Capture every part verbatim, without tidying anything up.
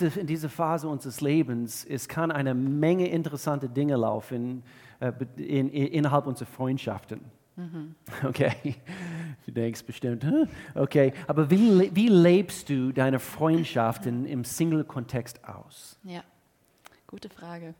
In dieser Phase unseres Lebens, es kann eine Menge interessante Dinge laufen äh, in, in, innerhalb unserer Freundschaften. Mhm. Okay, du denkst bestimmt, huh? Okay, aber wie, wie lebst du deine Freundschaften im Single-Kontext aus? Ja, gute Frage.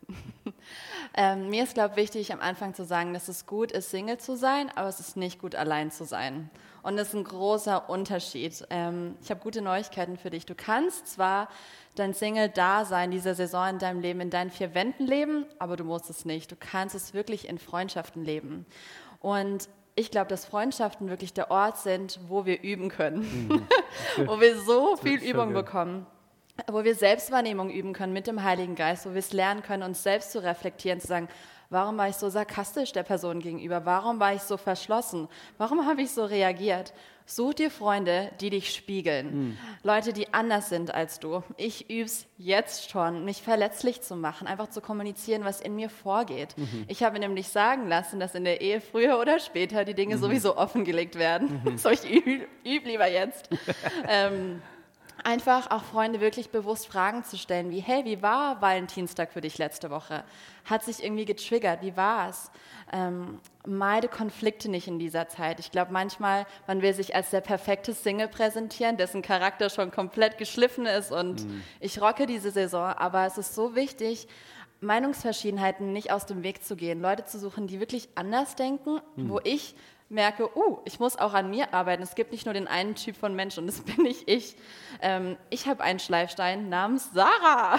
ähm, mir ist, glaube ich, wichtig, am Anfang zu sagen, dass es gut ist, Single zu sein, aber es ist nicht gut, allein zu sein. Und das ist ein großer Unterschied. Ähm, ich habe gute Neuigkeiten für dich. Du kannst zwar dein Single-Dasein dieser Saison in deinem Leben, in deinen vier Wänden leben, aber du musst es nicht. Du kannst es wirklich in Freundschaften leben. Und ich glaube, dass Freundschaften wirklich der Ort sind, wo wir üben können, mhm. wo wir so viel Übung bekommen, wo wir Selbstwahrnehmung üben können mit dem Heiligen Geist, wo wir es lernen können, uns selbst zu reflektieren, zu sagen, warum war ich so sarkastisch der Person gegenüber? Warum war ich so verschlossen? Warum habe ich so reagiert? Such dir Freunde, die dich spiegeln. Mhm. Leute, die anders sind als du. Ich übe es jetzt schon, mich verletzlich zu machen, einfach zu kommunizieren, was in mir vorgeht. Mhm. Ich habe nämlich sagen lassen, dass in der Ehe früher oder später die Dinge mhm. sowieso offengelegt werden. Mhm. So, ich übe üb lieber jetzt. ähm, Einfach auch Freunde wirklich bewusst Fragen zu stellen, wie, hey, wie war Valentinstag für dich letzte Woche? Hat sich irgendwie getriggert? Wie war es? Ähm, meide Konflikte nicht in dieser Zeit. Ich glaube manchmal, man will sich als der perfekte Single präsentieren, dessen Charakter schon komplett geschliffen ist und mhm. ich rocke diese Saison, aber es ist so wichtig, Meinungsverschiedenheiten nicht aus dem Weg zu gehen, Leute zu suchen, die wirklich anders denken, mhm. wo ich merke, uh, ich muss auch an mir arbeiten. Es gibt nicht nur den einen Typ von Mensch und das bin nicht ich. Ähm, ich habe einen Schleifstein namens Sarah.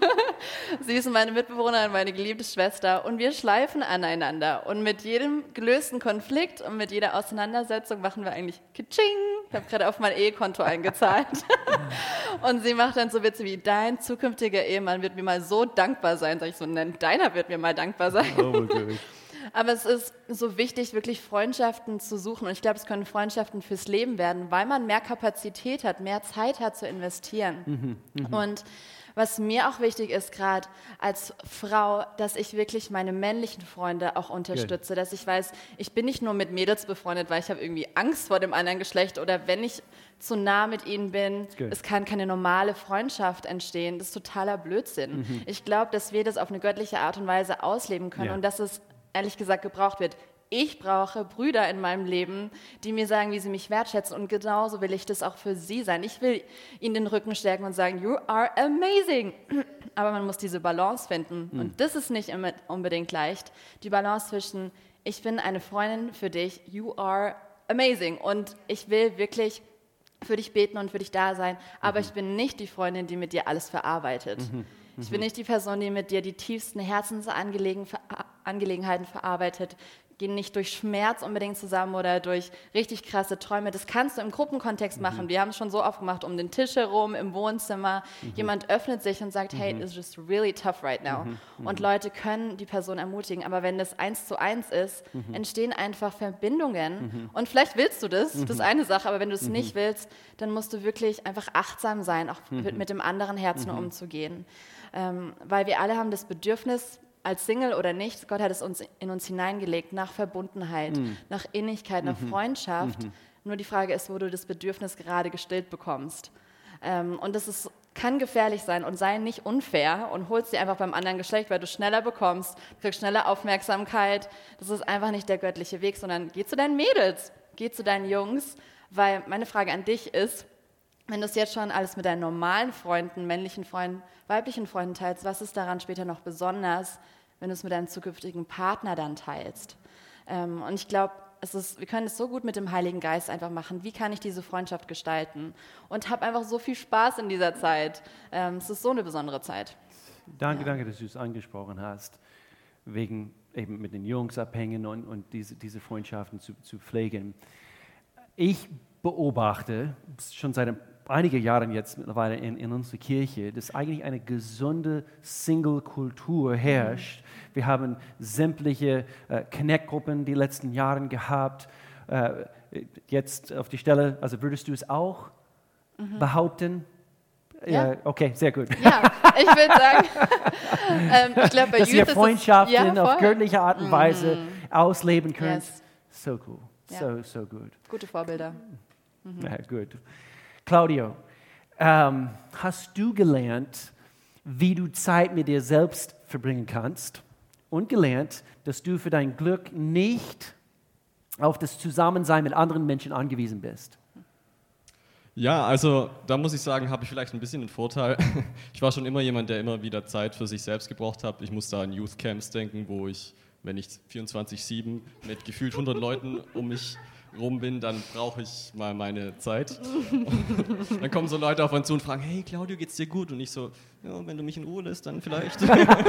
Sie ist meine Mitbewohnerin, meine geliebte Schwester und wir schleifen aneinander. Und mit jedem gelösten Konflikt und mit jeder Auseinandersetzung machen wir eigentlich Kitsching. Ich habe gerade auf mein Ehekonto eingezahlt. Und sie macht dann so Witze wie, dein zukünftiger Ehemann wird mir mal so dankbar sein. Sag ich so, nein, deiner wird mir mal dankbar sein. Oh, okay. Aber es ist so wichtig, wirklich Freundschaften zu suchen. Und ich glaube, es können Freundschaften fürs Leben werden, weil man mehr Kapazität hat, mehr Zeit hat zu investieren. Mhm, mh. Und was mir auch wichtig ist, gerade als Frau, dass ich wirklich meine männlichen Freunde auch unterstütze. Good. Dass ich weiß, ich bin nicht nur mit Mädels befreundet, weil ich habe irgendwie Angst vor dem anderen Geschlecht oder wenn ich zu nah mit ihnen bin, Good. Es kann keine normale Freundschaft entstehen. Das ist totaler Blödsinn. Mhm. Ich glaube, dass wir das auf eine göttliche Art und Weise ausleben können yeah. und dass es ehrlich gesagt gebraucht wird. Ich brauche Brüder in meinem Leben, die mir sagen, wie sie mich wertschätzen und genauso will ich das auch für sie sein. Ich will ihnen den Rücken stärken und sagen, you are amazing. Aber man muss diese Balance finden mhm. und das ist nicht immer unbedingt leicht. Die Balance zwischen, ich bin eine Freundin für dich, you are amazing und ich will wirklich für dich beten und für dich da sein, aber mhm. ich bin nicht die Freundin, die mit dir alles verarbeitet. Mhm. Ich bin nicht die Person, die mit dir die tiefsten Herzensangelegenheiten verarbeitet. Gehen nicht durch Schmerz unbedingt zusammen oder durch richtig krasse Träume. Das kannst du im Gruppenkontext mhm. machen. Wir haben es schon so oft gemacht, um den Tisch herum, im Wohnzimmer. Mhm. Jemand öffnet sich und sagt, hey, it's just really tough right now. Mhm. Und Leute können die Person ermutigen. Aber wenn das eins zu eins ist, mhm. entstehen einfach Verbindungen. Mhm. Und vielleicht willst du das, das ist eine Sache. Aber wenn du es mhm. nicht willst, dann musst du wirklich einfach achtsam sein, auch mhm. mit dem anderen Herzen mhm. umzugehen. Ähm, weil wir alle haben das Bedürfnis, als Single oder nicht, Gott hat es uns in uns hineingelegt, nach Verbundenheit, mm. nach Innigkeit, nach mm-hmm. Freundschaft. Mm-hmm. Nur die Frage ist, wo du das Bedürfnis gerade gestillt bekommst. Ähm, und das ist, kann gefährlich sein und sei nicht unfair und holst dir einfach beim anderen Geschlecht, weil du schneller bekommst, kriegst schneller Aufmerksamkeit. Das ist einfach nicht der göttliche Weg, sondern geh zu deinen Mädels, geh zu deinen Jungs, weil meine Frage an dich ist, wenn du es jetzt schon alles mit deinen normalen Freunden, männlichen Freunden, weiblichen Freunden teilst, was ist daran später noch besonders, wenn du es mit deinem zukünftigen Partner dann teilst? Ähm, und ich glaube, es ist, wir können es so gut mit dem Heiligen Geist einfach machen. Wie kann ich diese Freundschaft gestalten? Und habe einfach so viel Spaß in dieser Zeit. Ähm, es ist so eine besondere Zeit. Danke, ja. danke, dass du es angesprochen hast, wegen eben mit den Jungs abhängen und, und diese, diese Freundschaften zu, zu pflegen. Ich beobachte schon seit einige Jahren jetzt mittlerweile in, in unserer Kirche, dass eigentlich eine gesunde Single-Kultur herrscht. Mhm. Wir haben sämtliche äh, Connect-Gruppen die letzten Jahre gehabt. Äh, jetzt auf die Stelle, also würdest du es auch mhm. behaupten? Ja. Äh, okay, sehr gut. Ja, ich würde sagen, ähm, ich glaube, bei dass Youth ihr Freundschaften ist es, ja, auf göttliche Art und Weise mhm. ausleben könnt. Yes. So cool, ja. so, so gut. Gute Vorbilder. Mhm. Ja, gut. Claudio, ähm, hast du gelernt, wie du Zeit mit dir selbst verbringen kannst und gelernt, dass du für dein Glück nicht auf das Zusammensein mit anderen Menschen angewiesen bist? Ja, also da muss ich sagen, habe ich vielleicht ein bisschen einen Vorteil. Ich war schon immer jemand, der immer wieder Zeit für sich selbst gebraucht hat. Ich muss da an Youth Camps denken, wo ich, wenn ich vierundzwanzig sieben mit gefühlt hundert Leuten um mich rum bin, dann brauche ich mal meine Zeit. Und dann kommen so Leute auf uns zu und fragen, hey Claudio, geht's dir gut? Und ich so, ja, wenn du mich in Ruhe lässt, dann vielleicht.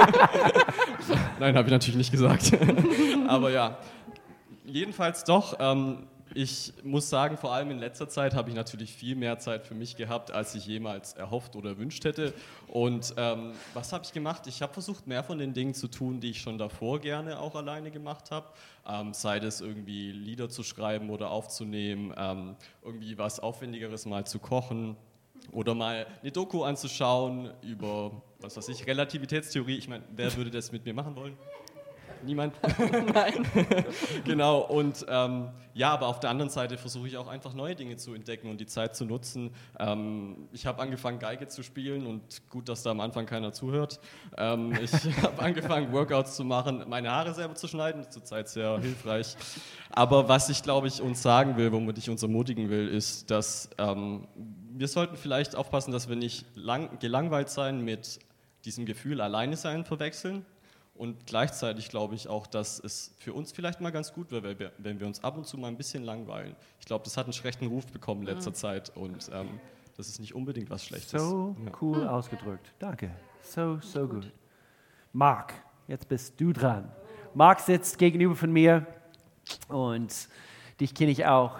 Nein, habe ich natürlich nicht gesagt. Aber ja, jedenfalls doch. Ähm, Ich muss sagen, vor allem in letzter Zeit habe ich natürlich viel mehr Zeit für mich gehabt, als ich jemals erhofft oder erwünscht hätte. Und ähm, was habe ich gemacht? Ich habe versucht, mehr von den Dingen zu tun, die ich schon davor gerne auch alleine gemacht habe. Ähm, sei das irgendwie Lieder zu schreiben oder aufzunehmen, ähm, irgendwie was Aufwendigeres mal zu kochen oder mal eine Doku anzuschauen über, was weiß ich, Relativitätstheorie. Ich meine, wer würde das mit mir machen wollen? Niemand? Nein. Genau, und ähm, ja, aber auf der anderen Seite versuche ich auch einfach neue Dinge zu entdecken und die Zeit zu nutzen. Ähm, ich habe angefangen, Geige zu spielen und gut, dass da am Anfang keiner zuhört. Ähm, ich habe angefangen, Workouts zu machen, meine Haare selber zu schneiden, zurzeit sehr hilfreich. Aber was ich, glaube ich, uns sagen will, womit ich uns ermutigen will, ist, dass ähm, wir sollten vielleicht aufpassen, dass wir nicht lang, gelangweilt sein mit diesem Gefühl, alleine sein verwechseln. Und gleichzeitig glaube ich auch, dass es für uns vielleicht mal ganz gut wäre, wenn wir uns ab und zu mal ein bisschen langweilen. Ich glaube, das hat einen schlechten Ruf bekommen in letzter Zeit und ähm, das ist nicht unbedingt was Schlechtes. So ja. cool ausgedrückt. Danke. So, so gut. gut. Marc, jetzt bist du dran. Marc sitzt gegenüber von mir und dich kenne ich auch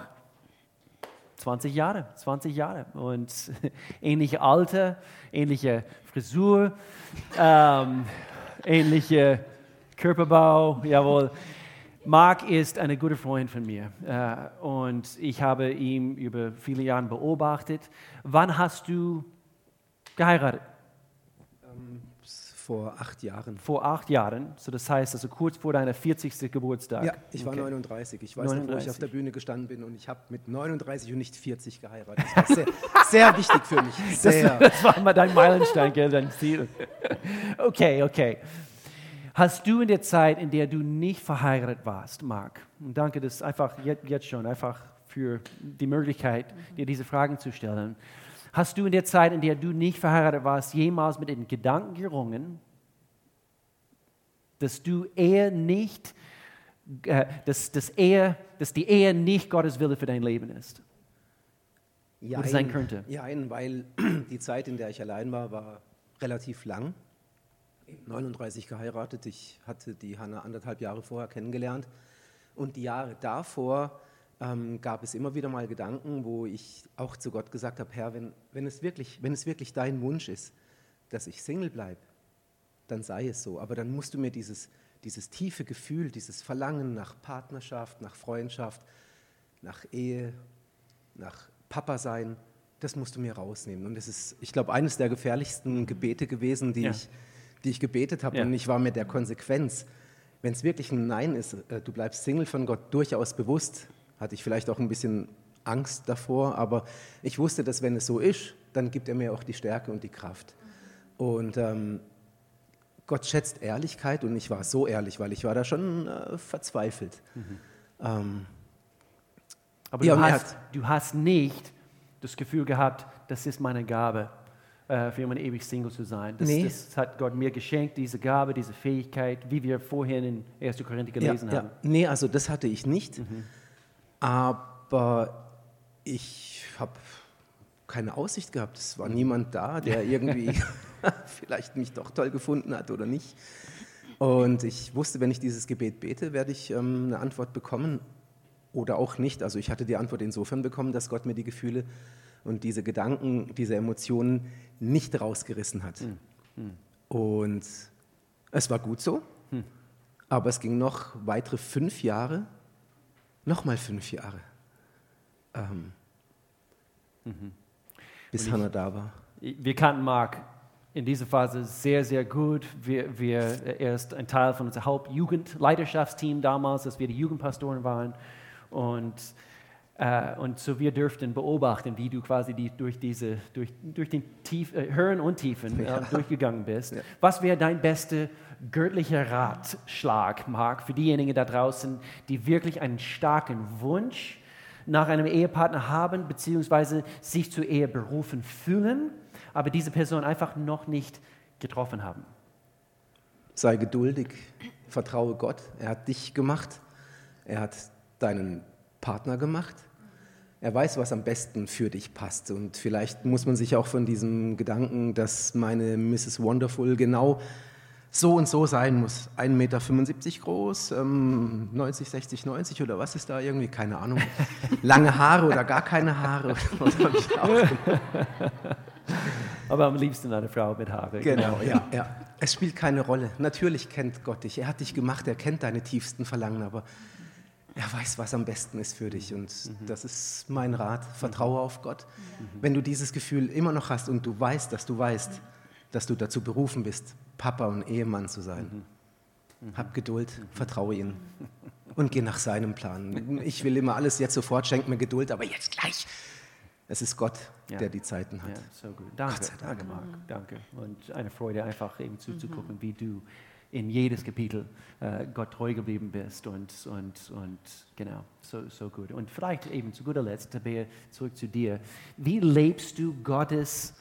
zwanzig Jahre, zwanzig Jahre und ähnliche Alter, ähnliche Frisur, ähm, ähnliche Körperbau, jawohl. Marc ist ein guter Freund von mir äh, und ich habe ihn über viele Jahre beobachtet. Wann hast du geheiratet? Ähm, vor acht Jahren. Vor acht Jahren, so das heißt also kurz vor deiner vierzigsten Geburtstag. Ja, ich war okay. neununddreißig. Ich weiß neununddreißig. noch, wo ich auf der Bühne gestanden bin und ich habe mit neununddreißig und nicht vierzig geheiratet. Das war sehr, sehr wichtig für mich. Sehr. Das, das war mal dein Meilenstein, gell, dein Ziel. Okay, okay. Hast du in der Zeit, in der du nicht verheiratet warst, Marc, und danke das einfach jetzt schon, einfach für die Möglichkeit, dir diese Fragen zu stellen, hast du in der Zeit, in der du nicht verheiratet warst, jemals mit den Gedanken gerungen, dass du Ehe nicht, äh, dass, dass, Ehe, dass die Ehe nicht Gottes Wille für dein Leben ist? Jein, Oder sein könnte? Jein, weil die Zeit, in der ich allein war, war relativ lang. neununddreißig geheiratet, ich hatte die Hanna anderthalb Jahre vorher kennengelernt und die Jahre davor ähm, gab es immer wieder mal Gedanken, wo ich auch zu Gott gesagt habe, Herr, wenn, wenn, es wirklich, wenn es wirklich dein Wunsch ist, dass ich Single bleibe, dann sei es so, aber dann musst du mir dieses, dieses tiefe Gefühl, dieses Verlangen nach Partnerschaft, nach Freundschaft, nach Ehe, nach Papa sein, das musst du mir rausnehmen und das ist, ich glaube, eines der gefährlichsten Gebete gewesen, die ja. ich die ich gebetet habe, ja. Und ich war mir der Konsequenz, wenn es wirklich ein Nein ist, äh, du bleibst Single von Gott, durchaus bewusst, hatte ich vielleicht auch ein bisschen Angst davor, aber ich wusste, dass wenn es so ist, dann gibt er mir auch die Stärke und die Kraft. Und ähm, Gott schätzt Ehrlichkeit und ich war so ehrlich, weil ich war da schon äh, verzweifelt. Mhm. Ähm, aber ja, du, hast, du hast nicht das Gefühl gehabt, das ist meine Gabe, für jemanden ewig Single zu sein. Das, nee. das hat Gott mir geschenkt, diese Gabe, diese Fähigkeit, wie wir vorhin in erster Korinther gelesen ja, haben. Ja. Nee, also das hatte ich nicht, mhm. aber ich habe keine Aussicht gehabt. Es war niemand da, der irgendwie vielleicht mich doch toll gefunden hat oder nicht. Und ich wusste, wenn ich dieses Gebet bete, werde ich ähm, eine Antwort bekommen oder auch nicht. Also ich hatte die Antwort insofern bekommen, dass Gott mir die Gefühle und diese Gedanken, diese Emotionen nicht rausgerissen hat. Hm. Hm. Und es war gut so, hm. aber es ging noch weitere fünf Jahre, nochmal fünf Jahre, ähm, mhm. bis ich, Hannah da war. Wir kannten Marc in dieser Phase sehr, sehr gut. Wir, wir, er ist ein Teil von unserem Hauptjugendleiterschaftsteam damals, als wir die Jugendpastoren waren. Und Äh, und so wir dürften beobachten, wie du quasi die, durch, diese, durch, durch den Tief, äh, Höhen und Tiefen Ja. äh, durchgegangen bist. Ja. Was wäre dein bester göttlicher Ratschlag, Mark, für diejenigen da draußen, die wirklich einen starken Wunsch nach einem Ehepartner haben, beziehungsweise sich zur Ehe berufen fühlen, aber diese Person einfach noch nicht getroffen haben? Sei geduldig, vertraue Gott. Er hat dich gemacht, er hat deinen Partner gemacht. Er weiß, was am besten für dich passt. Und vielleicht muss man sich auch von diesem Gedanken, dass meine Misses Wonderful genau so und so sein muss. ein Meter fünfundsiebzig groß, ähm, neunzig, sechzig, neunzig oder was ist da irgendwie? Keine Ahnung. Lange Haare oder gar keine Haare. Was hab ich da auch? Aber am liebsten eine Frau mit Haare. Genau, ja, ja. Es spielt keine Rolle. Natürlich kennt Gott dich. Er hat dich gemacht, er kennt deine tiefsten Verlangen, aber er weiß, was am besten ist für dich. Und mhm. das ist mein Rat. Vertraue auf Gott. Mhm. Wenn du dieses Gefühl immer noch hast und du weißt, dass du weißt, dass du dazu berufen bist, Papa und Ehemann zu sein, mhm. hab Geduld, mhm. vertraue ihm und geh nach seinem Plan. Ich will immer alles jetzt sofort, schenk mir Geduld, aber jetzt gleich. Es ist Gott, ja. der die Zeiten hat. Ja, so gut. Danke, Gott sei Dank. danke, Mark. Danke. Und eine Freude, einfach eben zuzugucken, mhm. wie du in jedes Kapitel äh, Gott treu geblieben bist. Und, und, und genau, so, so gut. Und vielleicht eben zu guter Letzt, Tabea, zurück zu dir. Wie lebst du Gottes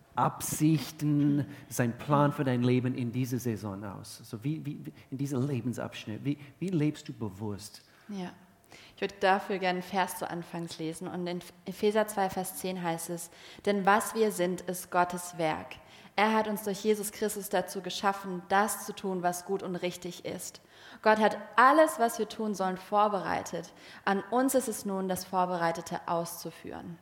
Absichten, sein Plan für dein Leben in dieser Saison aus? Also wie, wie, in diesem Lebensabschnitt, wie, wie lebst du bewusst? Ja. Ich würde dafür gerne einen Vers zu Anfangs lesen. Und in Epheser zwei, Vers zehn heißt es, denn was wir sind, ist Gottes Werk. Er hat uns durch Jesus Christus dazu geschaffen, das zu tun, was gut und richtig ist. Gott hat alles, was wir tun sollen, vorbereitet. An uns ist es nun, das Vorbereitete auszuführen.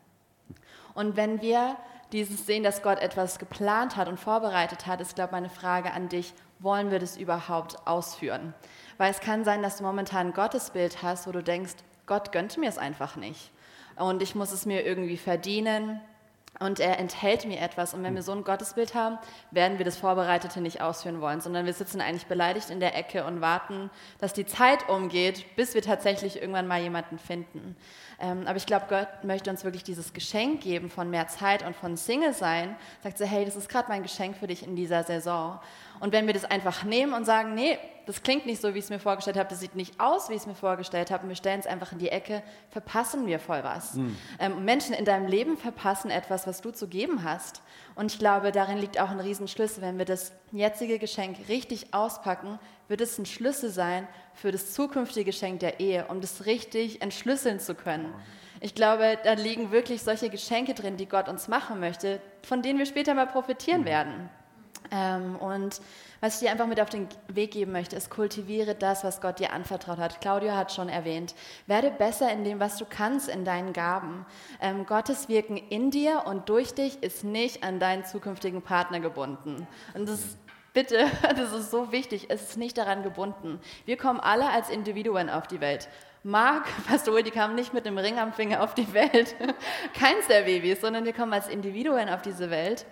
Und wenn wir dieses sehen, dass Gott etwas geplant hat und vorbereitet hat, ist, glaube ich, meine Frage an dich, wollen wir das überhaupt ausführen? Weil es kann sein, dass du momentan ein Gottesbild hast, wo du denkst, Gott gönnte mir es einfach nicht. Und ich muss es mir irgendwie verdienen und er enthält mir etwas. Und wenn wir so ein Gottesbild haben, werden wir das Vorbereitete nicht ausführen wollen, sondern wir sitzen eigentlich beleidigt in der Ecke und warten, dass die Zeit umgeht, bis wir tatsächlich irgendwann mal jemanden finden. Ähm, aber ich glaube, Gott möchte uns wirklich dieses Geschenk geben von mehr Zeit und von Single sein. Sagt so, hey, das ist gerade mein Geschenk für dich in dieser Saison. Und wenn wir das einfach nehmen und sagen, nee, das klingt nicht so, wie ich es mir vorgestellt habe, das sieht nicht aus, wie ich es mir vorgestellt habe, und wir stellen es einfach in die Ecke, verpassen wir voll was. Mhm. Ähm, Menschen in deinem Leben verpassen etwas, was du zu geben hast. Und ich glaube, darin liegt auch ein Riesenschlüssel. Wenn wir das jetzige Geschenk richtig auspacken, wird es ein Schlüssel sein für das zukünftige Geschenk der Ehe, um das richtig entschlüsseln zu können. Ich glaube, da liegen wirklich solche Geschenke drin, die Gott uns machen möchte, von denen wir später mal profitieren mhm. werden. Ähm, und was ich dir einfach mit auf den Weg geben möchte, ist, kultiviere das, was Gott dir anvertraut hat. Claudio hat schon erwähnt, werde besser in dem, was du kannst, in deinen Gaben. Ähm, Gottes Wirken in dir und durch dich ist nicht an deinen zukünftigen Partner gebunden. Und das ist, bitte, das ist so wichtig, es ist nicht daran gebunden. Wir kommen alle als Individuen auf die Welt. Mark, Pastor Uli, die kam nicht mit einem Ring am Finger auf die Welt, keins der Babys, sondern wir kommen als Individuen auf diese Welt.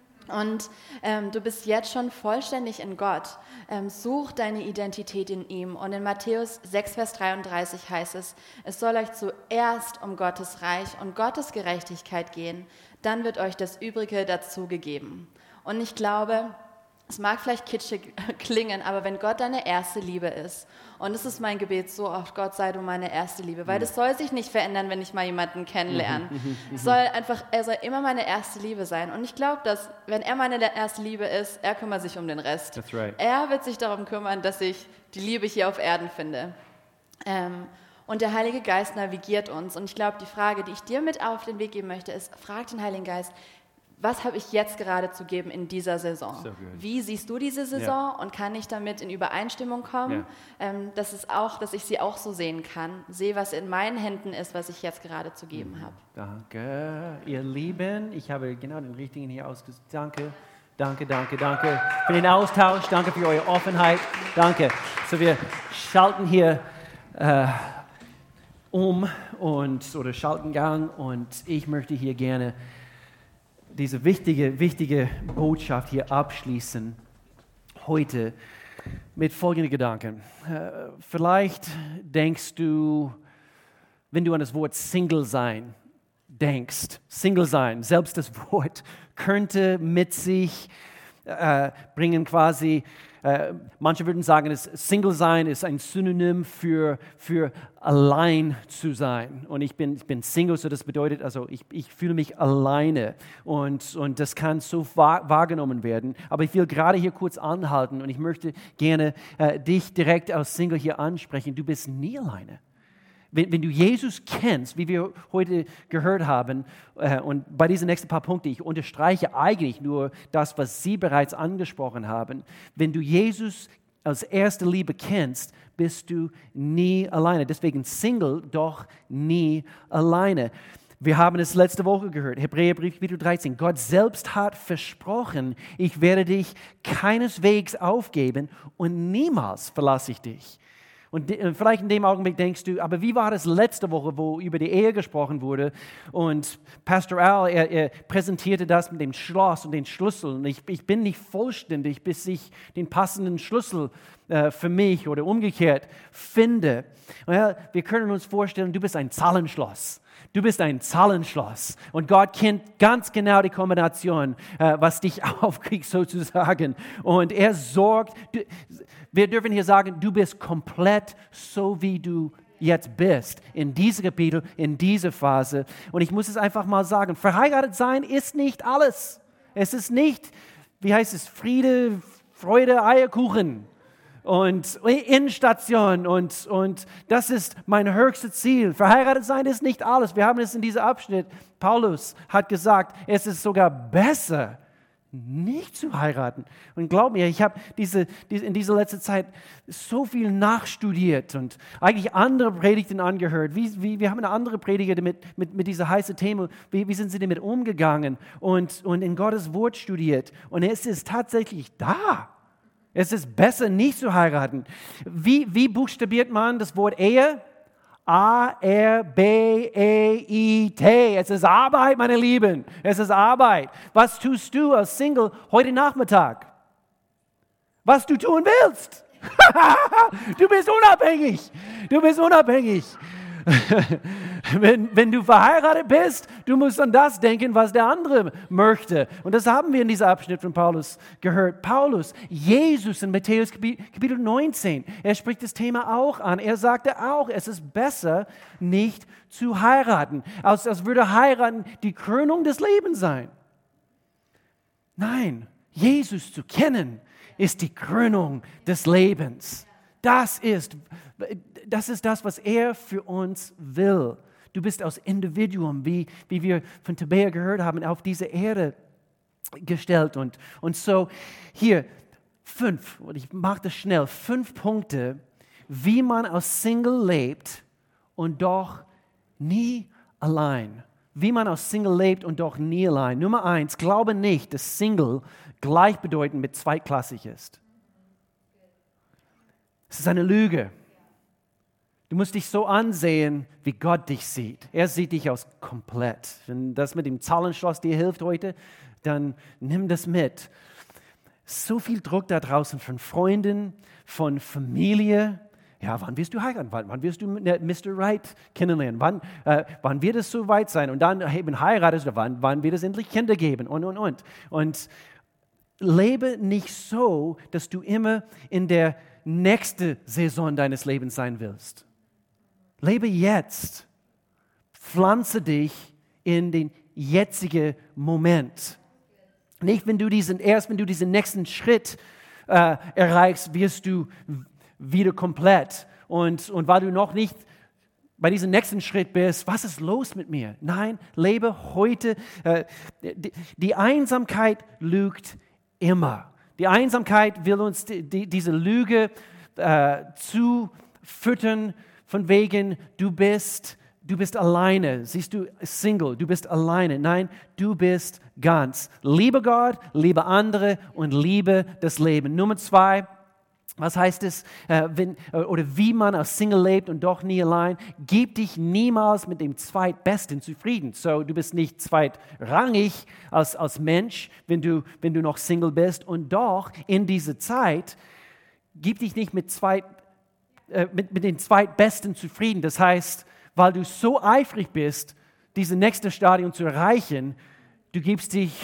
Und ähm, du bist jetzt schon vollständig in Gott. Ähm, such deine Identität in ihm. Und in Matthäus sechs, Vers dreiunddreißig heißt es, es soll euch zuerst um Gottes Reich und Gottes Gerechtigkeit gehen, dann wird euch das Übrige dazu gegeben. Und ich glaube, es mag vielleicht kitschig klingen, aber wenn Gott deine erste Liebe ist, und es ist mein Gebet so oft, Gott sei du meine erste Liebe, weil das soll sich nicht verändern, wenn ich mal jemanden kennenlerne. Es soll einfach, er soll immer meine erste Liebe sein. Und ich glaube, dass, wenn er meine erste Liebe ist, er kümmert sich um den Rest. That's right. Er wird sich darum kümmern, dass ich die Liebe hier auf Erden finde. Ähm, und der Heilige Geist navigiert uns. Und ich glaube, die Frage, die ich dir mit auf den Weg geben möchte, ist, frag den Heiligen Geist, was habe ich jetzt gerade zu geben in dieser Saison? So Wie siehst du diese Saison Ja. und kann ich damit in Übereinstimmung kommen, Ja. ähm, dass, es auch, dass ich sie auch so sehen kann, sehe, was in meinen Händen ist, was ich jetzt gerade zu geben habe. Danke, ihr Lieben. Ich habe genau den richtigen hier ausgesucht. Danke, danke, danke, danke für den Austausch. Danke für eure Offenheit. Danke. So, wir schalten hier äh, um und oder schalten Gang und ich möchte hier gerne diese wichtige, wichtige Botschaft hier abschließen heute mit folgenden Gedanken. Äh, vielleicht denkst du, wenn du an das Wort Single sein denkst. Single sein, selbst das Wort könnte mit sich äh, bringen quasi, äh, manche würden sagen, dass Single sein ist ein Synonym für, für allein zu sein. Und ich bin, ich bin Single, so das bedeutet, also ich, ich fühle mich alleine und, und das kann so wahr, wahrgenommen werden. Aber ich will gerade hier kurz anhalten und ich möchte gerne äh, dich direkt als Single hier ansprechen. Du bist nie alleine. Wenn, wenn du Jesus kennst, wie wir heute gehört haben, äh, und bei diesen nächsten paar Punkten, ich unterstreiche eigentlich nur das, was Sie bereits angesprochen haben. Wenn du Jesus als erste Liebe kennst, bist du nie alleine. Deswegen Single, doch nie alleine. Wir haben es letzte Woche gehört, Hebräerbrief Kapitel dreizehn. Gott selbst hat versprochen, ich werde dich keineswegs aufgeben und niemals verlasse ich dich. Und vielleicht in dem Augenblick denkst du, aber wie war das letzte Woche, wo über die Ehe gesprochen wurde? Und Pastor Al, er, er präsentierte das mit dem Schloss und den Schlüssel. Und ich, ich bin nicht vollständig, bis ich den passenden Schlüssel äh, für mich oder umgekehrt finde. Ja, wir können uns vorstellen, du bist ein Zahlenschloss. Du bist ein Zahlenschloss und Gott kennt ganz genau die Kombination, äh, was dich aufkriegt sozusagen. Und er sorgt, du, wir dürfen hier sagen, du bist komplett so, wie du jetzt bist, in diesem Kapitel, in dieser Phase. Und ich muss es einfach mal sagen, verheiratet sein ist nicht alles. Es ist nicht, wie heißt es, Friede, Freude, Eierkuchen. Und Endstation und, und das ist mein höchstes Ziel. Verheiratet sein ist nicht alles. Wir haben es in diesem Abschnitt. Paulus hat gesagt, es ist sogar besser, nicht zu heiraten. Und glaub mir, ich habe diese, diese, in dieser letzten Zeit so viel nachstudiert und eigentlich andere Predigten angehört. Wie, wie, wir haben eine andere Prediger mit, mit, mit dieser heißen Thema. Wie, wie sind sie damit umgegangen? Und, und in Gottes Wort studiert. Und es ist tatsächlich da. Es ist besser, nicht zu heiraten. Wie, wie buchstabiert man das Wort Ehe? A R B E I T. Es ist Arbeit, meine Lieben. Es ist Arbeit. Was tust du als Single heute Nachmittag? Was du tun willst. Du bist unabhängig. Du bist unabhängig. wenn, wenn du verheiratet bist, du musst an das denken, was der andere möchte. Und das haben wir in diesem Abschnitt von Paulus gehört. Paulus, Jesus in Matthäus Kapitel neunzehn, er spricht das Thema auch an. Er sagte auch, es ist besser, nicht zu heiraten, als, als würde heiraten die Krönung des Lebens sein. Nein, Jesus zu kennen, ist die Krönung des Lebens. Das ist, das ist das, was er für uns will. Du bist als Individuum, wie, wie wir von Tabea gehört haben, auf diese Erde gestellt. Und, und so hier fünf, und ich mache das schnell, fünf Punkte, wie man als Single lebt und doch nie allein. Wie man als Single lebt und doch nie allein. Nummer eins, glaube nicht, dass Single gleichbedeutend mit zweitklassig ist. Es ist eine Lüge. Du musst dich so ansehen, wie Gott dich sieht. Er sieht dich als komplett. Wenn das mit dem Zahlenschloss dir hilft heute, dann nimm das mit. So viel Druck da draußen von Freunden, von Familie. Ja, wann wirst du heiraten? Wann, wann wirst du Mister Right kennenlernen? Wann, äh, wann wird es so weit sein? Und dann eben heiratest du, wann, wann wird es endlich Kinder geben? Und, und, und. Und lebe nicht so, dass du immer in der nächsten Saison deines Lebens sein willst. Lebe jetzt. Pflanze dich in den jetzigen Moment. Nicht, wenn du diesen, erst wenn du diesen nächsten Schritt äh, erreichst, wirst du wieder komplett. Und, und weil du noch nicht bei diesem nächsten Schritt bist, was ist los mit mir? Nein, lebe heute. Äh, die, die Einsamkeit lügt immer. Die Einsamkeit will uns die, die, diese Lüge äh, zufüttern, von wegen, du bist, du bist alleine. Siehst du, Single, du bist alleine. Nein, du bist ganz. Liebe Gott, liebe andere und liebe das Leben. Nummer zwei, was heißt es, äh, wenn, oder wie man als Single lebt und doch nie allein? Gib dich niemals mit dem Zweitbesten zufrieden. So, du bist nicht zweitrangig als, als Mensch, wenn du, wenn du noch Single bist. Und doch, in dieser Zeit, gib dich nicht mit, Zweit, äh, mit, mit den Zweitbesten zufrieden. Das heißt, weil du so eifrig bist, dieses nächste Stadium zu erreichen, du gibst dich,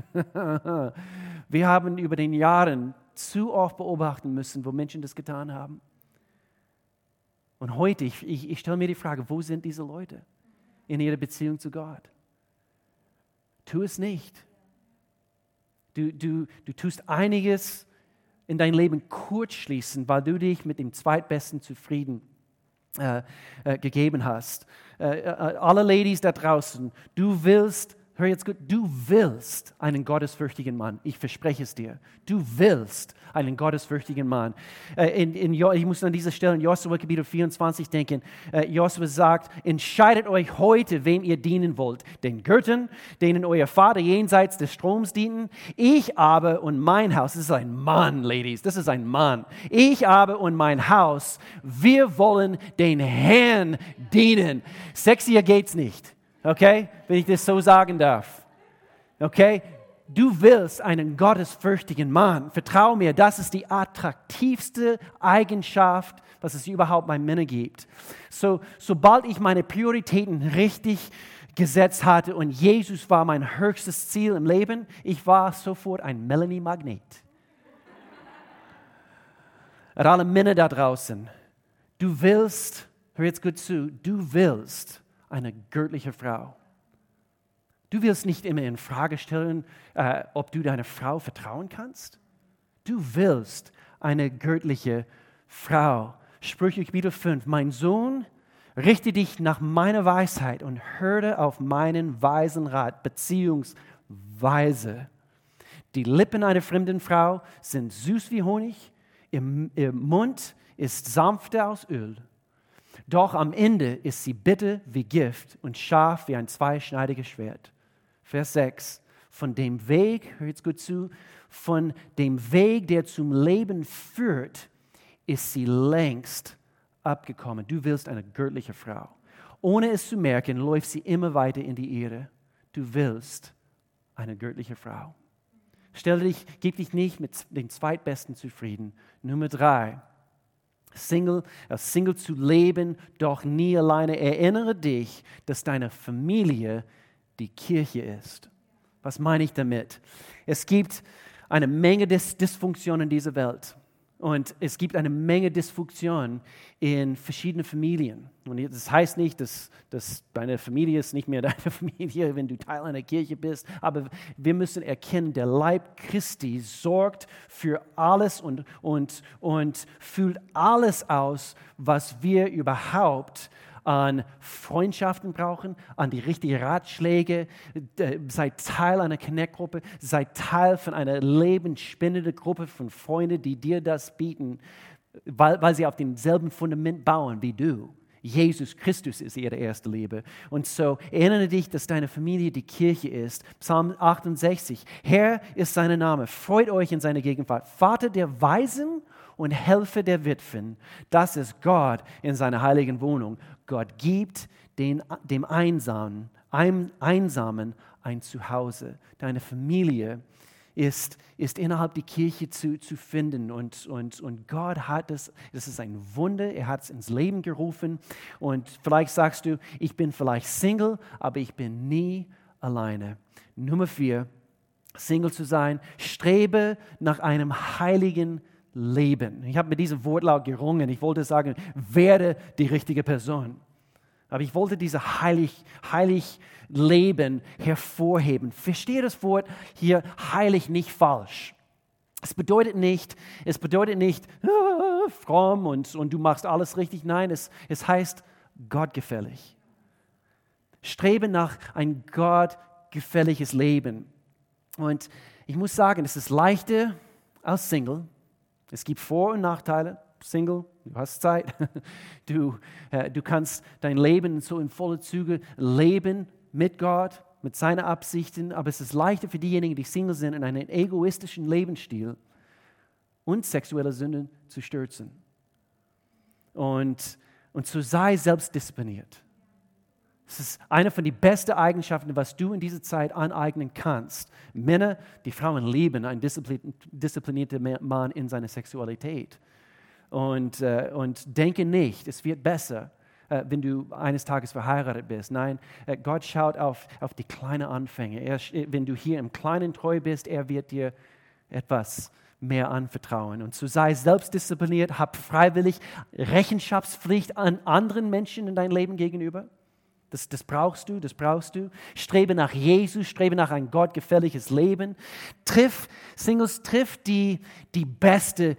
wir haben über den Jahren zu oft beobachten müssen, wo Menschen das getan haben. Und heute, ich, ich, ich stelle mir die Frage, wo sind diese Leute in ihrer Beziehung zu Gott? Tu es nicht. Du, du, du tust einiges in dein Leben kurzschließen, weil du dich mit dem Zweitbesten zufrieden äh, äh, gegeben hast. Äh, äh, alle Ladies da draußen, du willst, hör jetzt gut, du willst einen gottesfürchtigen Mann. Ich verspreche es dir. Du willst einen gottesfürchtigen Mann. Äh, in, in, ich muss an dieser Stelle in Josua Kapitel vierundzwanzig denken. Äh, Josua sagt, entscheidet euch heute, wem ihr dienen wollt. Den Göttern, denen euer Vater jenseits des Stroms dienten. Ich aber und mein Haus, das ist ein Mann, Ladies, das ist ein Mann. Ich aber und mein Haus, wir wollen den Herrn dienen. Sexier geht's nicht. Okay, wenn ich das so sagen darf. Okay, du willst einen gottesfürchtigen Mann. Vertrau mir, das ist die attraktivste Eigenschaft, was es überhaupt bei Männern gibt. So, sobald ich meine Prioritäten richtig gesetzt hatte und Jesus war mein höchstes Ziel im Leben, ich war sofort ein Melanie-Magnet. Und alle Männer da draußen, du willst, hör jetzt gut zu, du willst eine göttliche Frau. Du willst nicht immer in Frage stellen, äh, ob du deiner Frau vertrauen kannst. Du willst eine göttliche Frau. Sprüche Kapitel fünf. Mein Sohn, richte dich nach meiner Weisheit und höre auf meinen weisen Rat, beziehungsweise die Lippen einer fremden Frau sind süß wie Honig, ihr, ihr Mund ist sanfter als Öl. Doch am Ende ist sie bitter wie Gift und scharf wie ein zweischneidiges Schwert. Vers sechs. Von dem Weg, hör jetzt gut zu, von dem Weg, der zum Leben führt, ist sie längst abgekommen. Du willst eine göttliche Frau. Ohne es zu merken, läuft sie immer weiter in die Irre. Du willst eine göttliche Frau. Stell dich, gib dich nicht mit den Zweitbesten zufrieden. Nummer drei. Single, als Single zu leben, doch nie alleine. Erinnere dich, dass deine Familie die Kirche ist. Was meine ich damit? Es gibt eine Menge Dis- Dysfunktion in dieser Welt. Und es gibt eine Menge Dysfunktion in verschiedenen Familien. Und das heißt nicht, dass, dass deine Familie ist nicht mehr deine Familie, wenn du Teil einer Kirche bist. Aber wir müssen erkennen, der Leib Christi sorgt für alles und, und, und füllt alles aus, was wir überhaupt an Freundschaften brauchen, an die richtigen Ratschläge, sei Teil einer Connect-Gruppe, sei Teil von einer lebensspendenden Gruppe von Freunden, die dir das bieten, weil, weil sie auf demselben Fundament bauen wie du. Jesus Christus ist ihre erste Liebe. Und so erinnere dich, dass deine Familie die Kirche ist. Psalm achtundsechzig. Herr ist sein Name. Freut euch in seiner Gegenwart. Vater der Weisen und Helfer der Witwen. Das ist Gott in seiner heiligen Wohnung. Gott gibt den, dem Einsamen, ein, Einsamen ein Zuhause. Deine Familie ist, ist innerhalb der Kirche zu, zu finden. Und, und, und Gott hat es, das ist ein Wunder, er hat es ins Leben gerufen. Und vielleicht sagst du, ich bin vielleicht Single, aber ich bin nie alleine. Nummer vier, Single zu sein, strebe nach einem heiligen Leben. Ich habe mit diesem Wortlaut gerungen. Ich wollte sagen, werde die richtige Person. Aber ich wollte dieses heilig, heilig Leben hervorheben. Verstehe das Wort hier heilig nicht falsch. Es bedeutet nicht, es bedeutet nicht ah, fromm und, und du machst alles richtig. Nein, es, es heißt gottgefällig. Strebe nach ein gottgefälliges Leben. Und ich muss sagen, es ist leichter als Single. Es gibt Vor- und Nachteile. Single, du hast Zeit. Du, äh, du kannst dein Leben so in volle Züge leben mit Gott, mit seinen Absichten. Aber es ist leichter für diejenigen, die Single sind, in einen egoistischen Lebensstil und sexuelle Sünden zu stürzen. Und, und so sei selbstdiszipliniert. Das ist eine von den besten Eigenschaften, was du in dieser Zeit aneignen kannst. Männer, die Frauen lieben einen disziplinierten Mann in seiner Sexualität. Und, äh, und denke nicht, es wird besser, äh, wenn du eines Tages verheiratet bist. Nein, äh, Gott schaut auf, auf die kleinen Anfänge. Er, wenn du hier im Kleinen treu bist, er wird dir etwas mehr anvertrauen. Und so sei selbstdiszipliniert, hab freiwillig Rechenschaftspflicht an anderen Menschen in deinem Leben gegenüber. Das, das brauchst du, das brauchst du. Strebe nach Jesus, strebe nach ein gottgefälliges Leben. Triff, Singles, triff die, die beste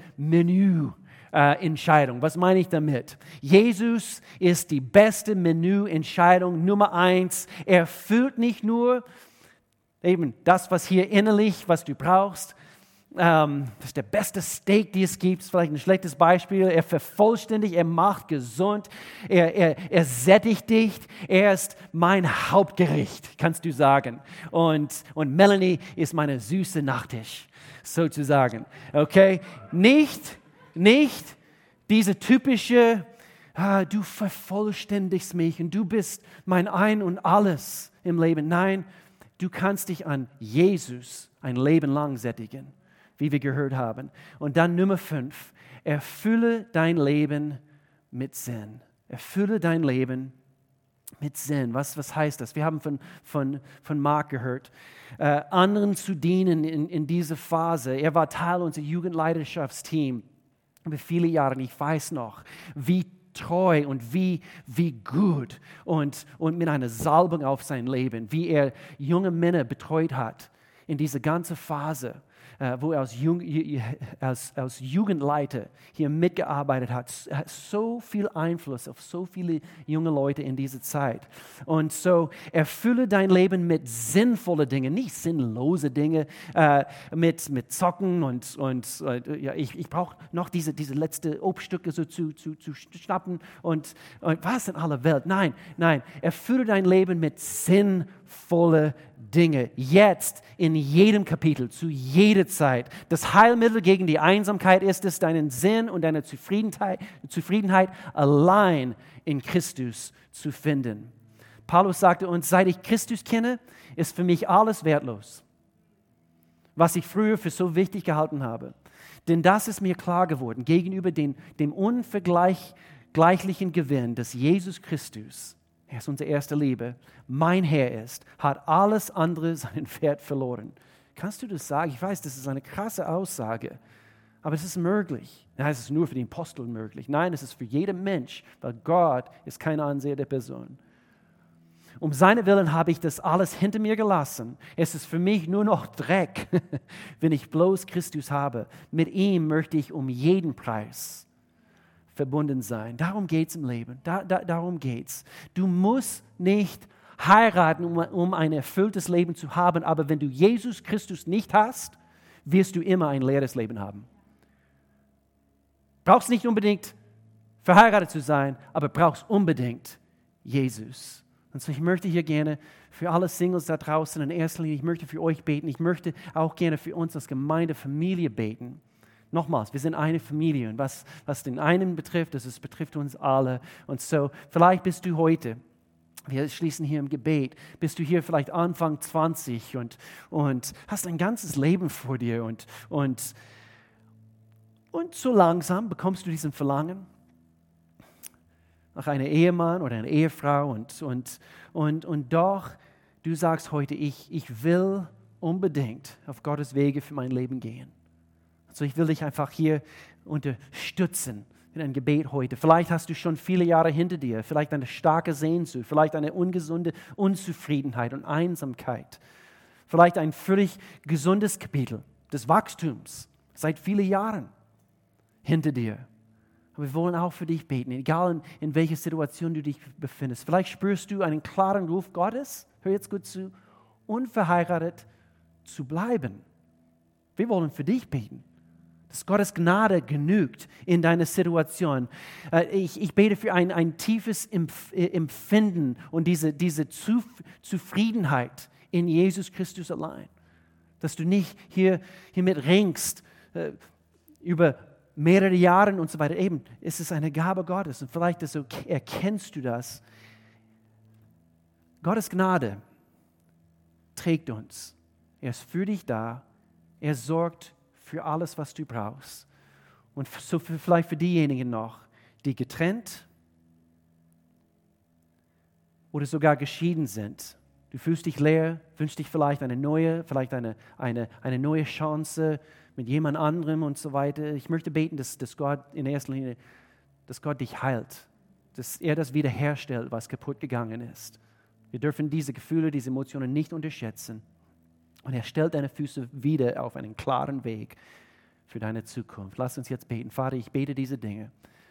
Menü-Entscheidung. Was meine ich damit? Jesus ist die beste Menü-Entscheidung Nummer eins. Er erfüllt nicht nur eben das, was hier innerlich, was du brauchst. Ähm, das ist der beste Steak, die es gibt. Das ist vielleicht ein schlechtes Beispiel. Er vervollständigt, er macht gesund, er, er, er sättigt dich. Er ist mein Hauptgericht, kannst du sagen. Und, und Melanie ist meine süße Nachtisch, sozusagen. Okay? Nicht, nicht diese typische, ah, du vervollständigst mich und du bist mein Ein und Alles im Leben. Nein, du kannst dich an Jesus ein Leben lang sättigen, wie wir gehört haben. Und dann Nummer fünf, erfülle dein Leben mit Sinn. Erfülle dein Leben mit Sinn. Was, was heißt das? Wir haben von, von, von Mark gehört, äh, anderen zu dienen in, in dieser Phase. Er war Teil unseres Jugendleiterschaftsteams über viele Jahre. Und ich weiß noch, wie treu und wie, wie gut und, und mit einer Salbung auf sein Leben, wie er junge Männer betreut hat in dieser ganzen Phase, wo er als, Jung, als, als Jugendleiter hier mitgearbeitet hat. Er hat so viel Einfluss auf so viele junge Leute in dieser Zeit. Und so erfülle dein Leben mit sinnvollen Dingen, nicht sinnlose Dinge, äh, mit, mit Zocken und, und äh, ja, ich, ich brauche noch diese, diese letzten Obststücke so zu, zu, zu schnappen und, und was in aller Welt. Nein, nein, erfülle dein Leben mit sinnvollen Dinge, jetzt, in jedem Kapitel, zu jeder Zeit. Das Heilmittel gegen die Einsamkeit ist es, deinen Sinn und deine Zufriedenheit, Zufriedenheit allein in Christus zu finden. Paulus sagte uns, seit ich Christus kenne, ist für mich alles wertlos, was ich früher für so wichtig gehalten habe. Denn das ist mir klar geworden, gegenüber den, dem unvergleichlichen Gewinn, dass Jesus Christus, er ist unsere erste Liebe, mein Herr ist, hat alles andere seinen Wert verloren. Kannst du das sagen? Ich weiß, das ist eine krasse Aussage, aber es ist möglich. Nein, es ist nur für den Apostel möglich. Nein, es ist für jeden Mensch, weil Gott ist keine Anseher der Person. Um seinen Willen habe ich das alles hinter mir gelassen. Es ist für mich nur noch Dreck, wenn ich bloß Christus habe. Mit ihm möchte ich um jeden Preis verbunden sein. Darum geht es im Leben. Da, da, darum geht es. Du musst nicht heiraten, um, um ein erfülltes Leben zu haben, aber wenn du Jesus Christus nicht hast, wirst du immer ein leeres Leben haben. Brauchst nicht unbedingt verheiratet zu sein, aber brauchst unbedingt Jesus. Und so ich möchte hier gerne für alle Singles da draußen in erster Linie, ich möchte für euch beten, ich möchte auch gerne für uns als Gemeinde, Familie beten. Nochmals, wir sind eine Familie und was, was den einen betrifft, das ist, betrifft uns alle. Und so, vielleicht bist du heute, wir schließen hier im Gebet, bist du hier vielleicht Anfang zwanzig und, und hast ein ganzes Leben vor dir und, und, und so langsam bekommst du diesen Verlangen nach einem Ehemann oder einer Ehefrau und, und, und, und doch, du sagst heute, ich, ich will unbedingt auf Gottes Wege für mein Leben gehen. Also ich will dich einfach hier unterstützen in einem Gebet heute. Vielleicht hast du schon viele Jahre hinter dir, vielleicht eine starke Sehnsucht, vielleicht eine ungesunde Unzufriedenheit und Einsamkeit, vielleicht ein völlig gesundes Kapitel des Wachstums seit vielen Jahren hinter dir. Aber wir wollen auch für dich beten, egal in, in welcher Situation du dich befindest. Vielleicht spürst du einen klaren Ruf Gottes, hör jetzt gut zu, unverheiratet zu bleiben. Wir wollen für dich beten, dass Gottes Gnade genügt in deiner Situation. Ich, ich bete für ein, ein tiefes Empfinden und diese, diese Zufriedenheit in Jesus Christus allein. Dass du nicht hier, hiermit ringst äh, über mehrere Jahre und so weiter. Eben, es ist eine Gabe Gottes und vielleicht das, erkennst du das. Gottes Gnade trägt uns. Er ist für dich da. Er sorgt für alles, was du brauchst. Und so für, vielleicht für diejenigen noch, die getrennt oder sogar geschieden sind. Du fühlst dich leer, wünschst dich vielleicht eine neue, vielleicht eine, eine, eine neue Chance mit jemand anderem und so weiter. Ich möchte beten, dass, dass Gott in erster Linie, dass Gott dich heilt, dass er das wiederherstellt, was kaputt gegangen ist. Wir dürfen diese Gefühle, diese Emotionen nicht unterschätzen. Und er stellt deine Füße wieder auf einen klaren Weg für deine Zukunft. Lass uns jetzt beten. Vater, ich bete diese Dinge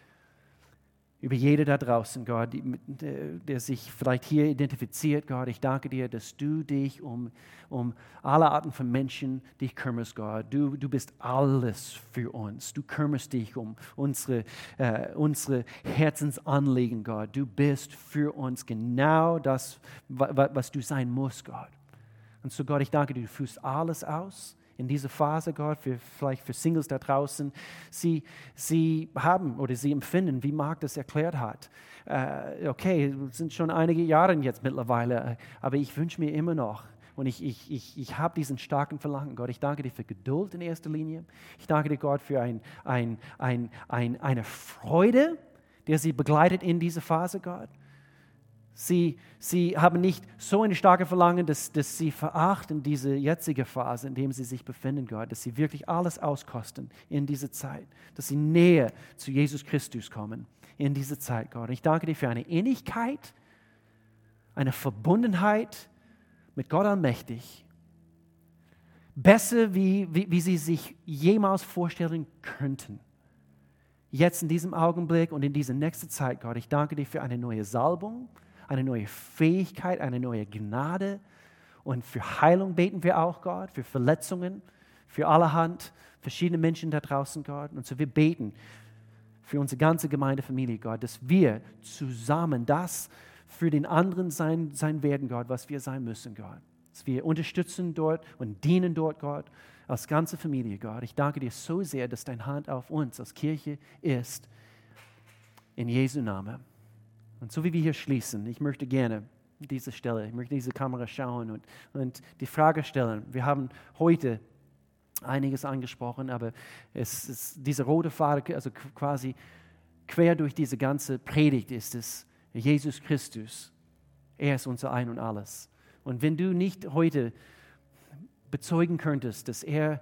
über jede da draußen, Gott, die, der, der sich vielleicht hier identifiziert, Gott. Ich danke dir, dass du dich um, um alle Arten von Menschen dich kümmerst, Gott. Du, du bist alles für uns. Du kümmerst dich um unsere, äh, unsere Herzensanliegen, Gott. Du bist für uns genau das, was du sein musst, Gott. Und so, Gott, ich danke dir, du führst alles aus in dieser Phase, Gott, für, vielleicht für Singles da draußen. Sie, sie haben oder sie empfinden, wie Marc das erklärt hat. Äh, okay, es sind schon einige Jahre jetzt mittlerweile, aber ich wünsche mir immer noch, und ich, ich, ich, ich habe diesen starken Verlangen, Gott, ich danke dir für Geduld in erster Linie. Ich danke dir, Gott, für ein, ein, ein, ein, eine Freude, der sie begleitet in dieser Phase, Gott. Sie, sie haben nicht so eine starke Verlangen, dass, dass sie verachten diese jetzige Phase, in der sie sich befinden, Gott, dass sie wirklich alles auskosten in dieser Zeit, dass sie näher zu Jesus Christus kommen in dieser Zeit, Gott. Und ich danke dir für eine Ähnlichkeit, eine Verbundenheit mit Gott allmächtig, besser, wie, wie, wie sie sich jemals vorstellen könnten. Jetzt in diesem Augenblick und in dieser nächsten Zeit, Gott, ich danke dir für eine neue Salbung, eine neue Fähigkeit, eine neue Gnade. Und für Heilung beten wir auch, Gott, für Verletzungen, für allerhand verschiedene Menschen da draußen, Gott. Und so wir beten für unsere ganze Gemeindefamilie, Gott, dass wir zusammen das für den anderen sein, sein werden, Gott, was wir sein müssen, Gott. Dass wir unterstützen dort und dienen dort, Gott, als ganze Familie, Gott. Ich danke dir so sehr, dass deine Hand auf uns als Kirche ist. In Jesu Namen. Und so wie wir hier schließen, ich möchte gerne diese Stelle, ich möchte diese Kamera schauen und, und die Frage stellen. Wir haben heute einiges angesprochen, aber es ist diese rote Faden, also quasi quer durch diese ganze Predigt ist es Jesus Christus. Er ist unser Ein und Alles. Und wenn du nicht heute bezeugen könntest, dass er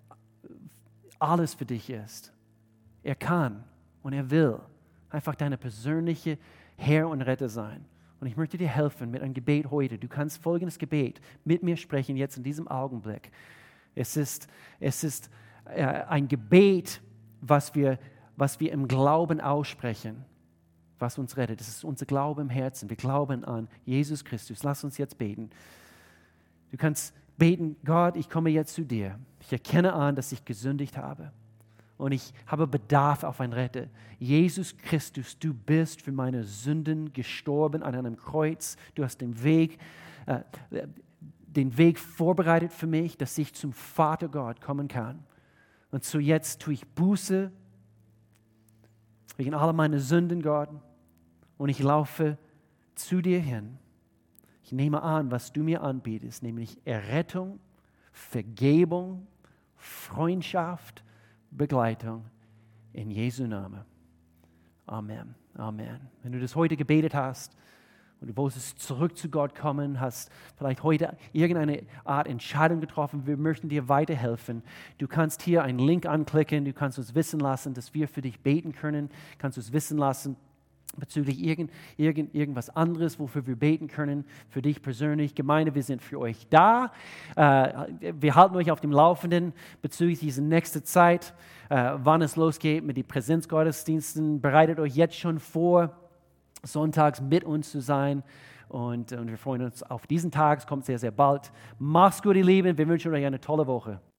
alles für dich ist, er kann und er will einfach deine persönliche Herr und Retter sein. Und ich möchte dir helfen mit einem Gebet heute. Du kannst folgendes Gebet mit mir sprechen, jetzt in diesem Augenblick. Es ist, es ist äh, ein Gebet, was wir, was wir im Glauben aussprechen, was uns rettet. Das ist unser Glaube im Herzen. Wir glauben an Jesus Christus. Lass uns jetzt beten. Du kannst beten, Gott, ich komme jetzt zu dir. Ich erkenne an, dass ich gesündigt habe. Und ich habe Bedarf auf einen Retter. Jesus Christus, du bist für meine Sünden gestorben an einem Kreuz. Du hast den Weg, äh, den Weg vorbereitet für mich, dass ich zum Vater Gott kommen kann. Und so jetzt tue ich Buße wegen aller meiner Sünden, Gott. Und ich laufe zu dir hin. Ich nehme an, was du mir anbietest, nämlich Errettung, Vergebung, Freundschaft, Begleitung in Jesu Namen. Amen. Amen. Wenn du das heute gebetet hast und du wolltest zurück zu Gott kommen, hast vielleicht heute irgendeine Art Entscheidung getroffen, wir möchten dir weiterhelfen. Du kannst hier einen Link anklicken, du kannst uns wissen lassen, dass wir für dich beten können, kannst uns wissen lassen, bezüglich irgend, irgend, irgendwas anderes, wofür wir beten können, für dich persönlich. Gemeinde, wir sind für euch da. Äh, wir halten euch auf dem Laufenden bezüglich dieser nächsten Zeit, äh, wann es losgeht mit den Präsenzgottesdiensten. Bereitet euch jetzt schon vor, sonntags mit uns zu sein. Und, und wir freuen uns auf diesen Tag. Es kommt sehr, sehr bald. Macht's gut, ihr Lieben. Wir wünschen euch eine tolle Woche.